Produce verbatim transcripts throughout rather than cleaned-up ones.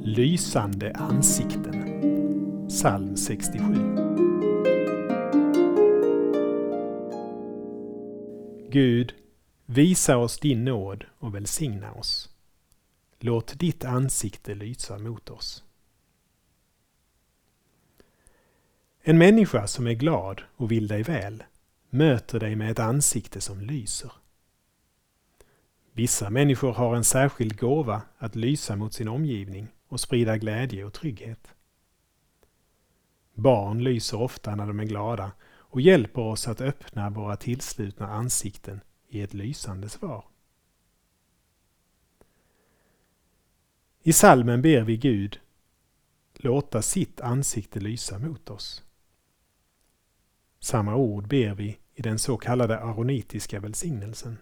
Lysande ansikten. Psalm sextiosju. Gud, visa oss din nåd och välsigna oss. Låt ditt ansikte lysa mot oss. En människa som är glad och vill dig väl möter dig med ett ansikte som lyser. Vissa människor har en särskild gåva att lysa mot sin omgivning och sprida glädje och trygghet. Barn lyser ofta när de är glada och hjälper oss att öppna våra tillslutna ansikten i ett lysande svar. I psalmen ber vi Gud låta sitt ansikte lysa mot oss. Samma ord ber vi i den så kallade aronitiska välsignelsen.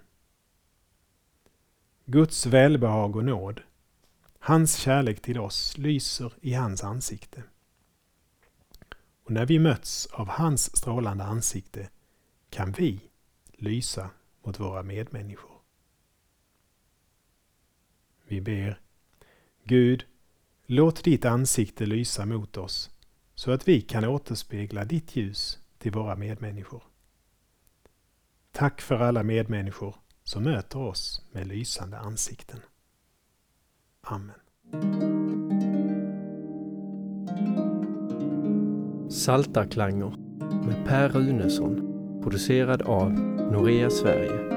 Guds välbehag och nåd, hans kärlek till oss lyser i hans ansikte. Och när vi möts av hans strålande ansikte kan vi lysa mot våra medmänniskor. Vi ber: Gud, låt ditt ansikte lysa mot oss så att vi kan återspegla ditt ljus till våra medmänniskor. Tack för alla medmänniskor som möter oss med lysande ansikten. Amen. Saltarklanger med Per Runesson, producerad av Norea Sverige.